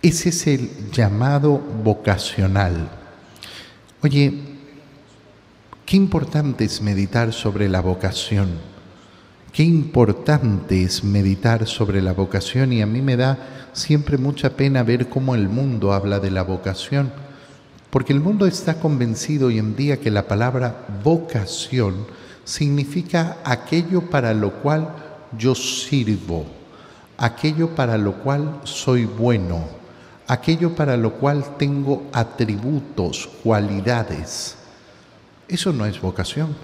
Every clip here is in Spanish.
Ese es el llamado vocacional. Oye, qué importante es meditar sobre la vocación. Qué importante es meditar sobre la vocación, y a mí me da siempre mucha pena ver cómo el mundo habla de la vocación, porque el mundo está convencido hoy en día que la palabra vocación significa aquello para lo cual yo sirvo, aquello para lo cual soy bueno, aquello para lo cual tengo atributos, cualidades. Eso no es vocación.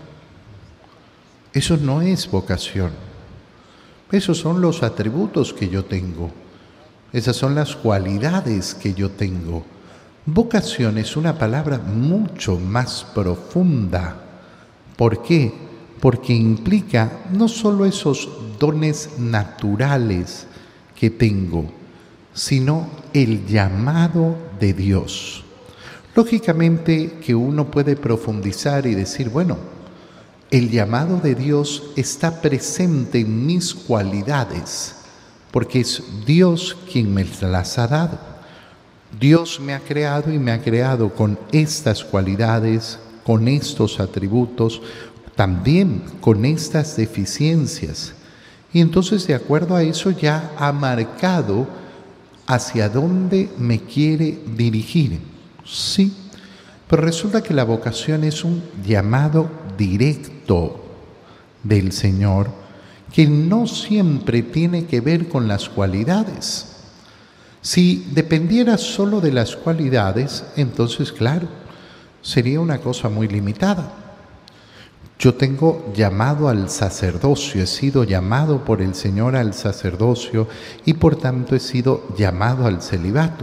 Eso no es vocación. Esos son los atributos que yo tengo. Esas son las cualidades que yo tengo. Vocación es una palabra mucho más profunda. ¿Por qué? Porque implica no solo esos dones naturales que tengo, sino el llamado de Dios. Lógicamente que uno puede profundizar y decir, bueno, el llamado de Dios está presente en mis cualidades, porque es Dios quien me las ha dado. Dios me ha creado y me ha creado con estas cualidades, con estos atributos, también con estas deficiencias. Y entonces, de acuerdo a eso, ya ha marcado hacia dónde me quiere dirigir. Sí, pero resulta que la vocación es un llamado directo del Señor, que no siempre tiene que ver con las cualidades. Si dependiera solo de las cualidades, entonces, claro, sería una cosa muy limitada. Yo tengo llamado al sacerdocio, he sido llamado por el Señor al sacerdocio y por tanto he sido llamado al celibato.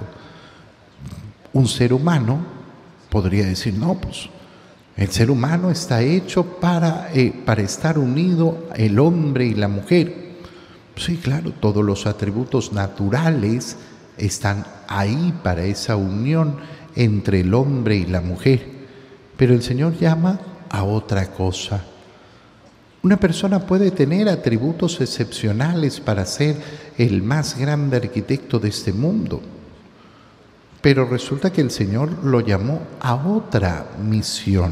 Un ser humano podría decir, no, pues el ser humano está hecho para estar unido el hombre y la mujer. Sí, claro, todos los atributos naturales están ahí para esa unión entre el hombre y la mujer. Pero el Señor llama a otra cosa. Una persona puede tener atributos excepcionales para ser el más grande arquitecto de este mundo, pero resulta que el Señor lo llamó a otra misión.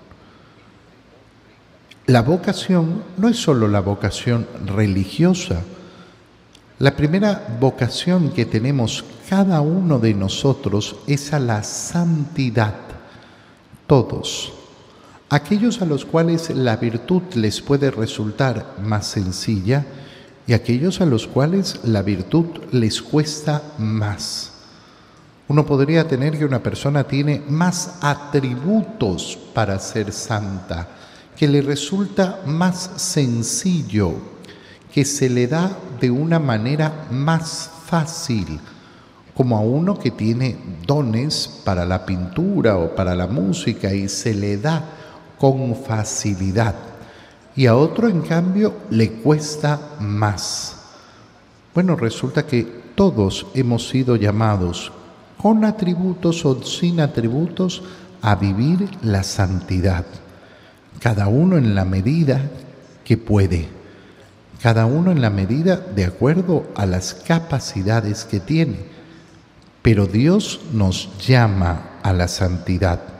La vocación no es solo la vocación religiosa. La primera vocación que tenemos cada uno de nosotros es a la santidad. Todos. Aquellos a los cuales la virtud les puede resultar más sencilla y aquellos a los cuales la virtud les cuesta más. Uno podría tener que una persona tiene más atributos para ser santa, que le resulta más sencillo, que se le da de una manera más fácil, como a uno que tiene dones para la pintura o para la música y se le da con facilidad, y a otro en cambio le cuesta más. Bueno, resulta que todos hemos sido llamados, con atributos o sin atributos, a vivir la santidad. Cada uno en la medida que puede, cada uno en la medida de acuerdo a las capacidades que tiene. Pero Dios nos llama a la santidad.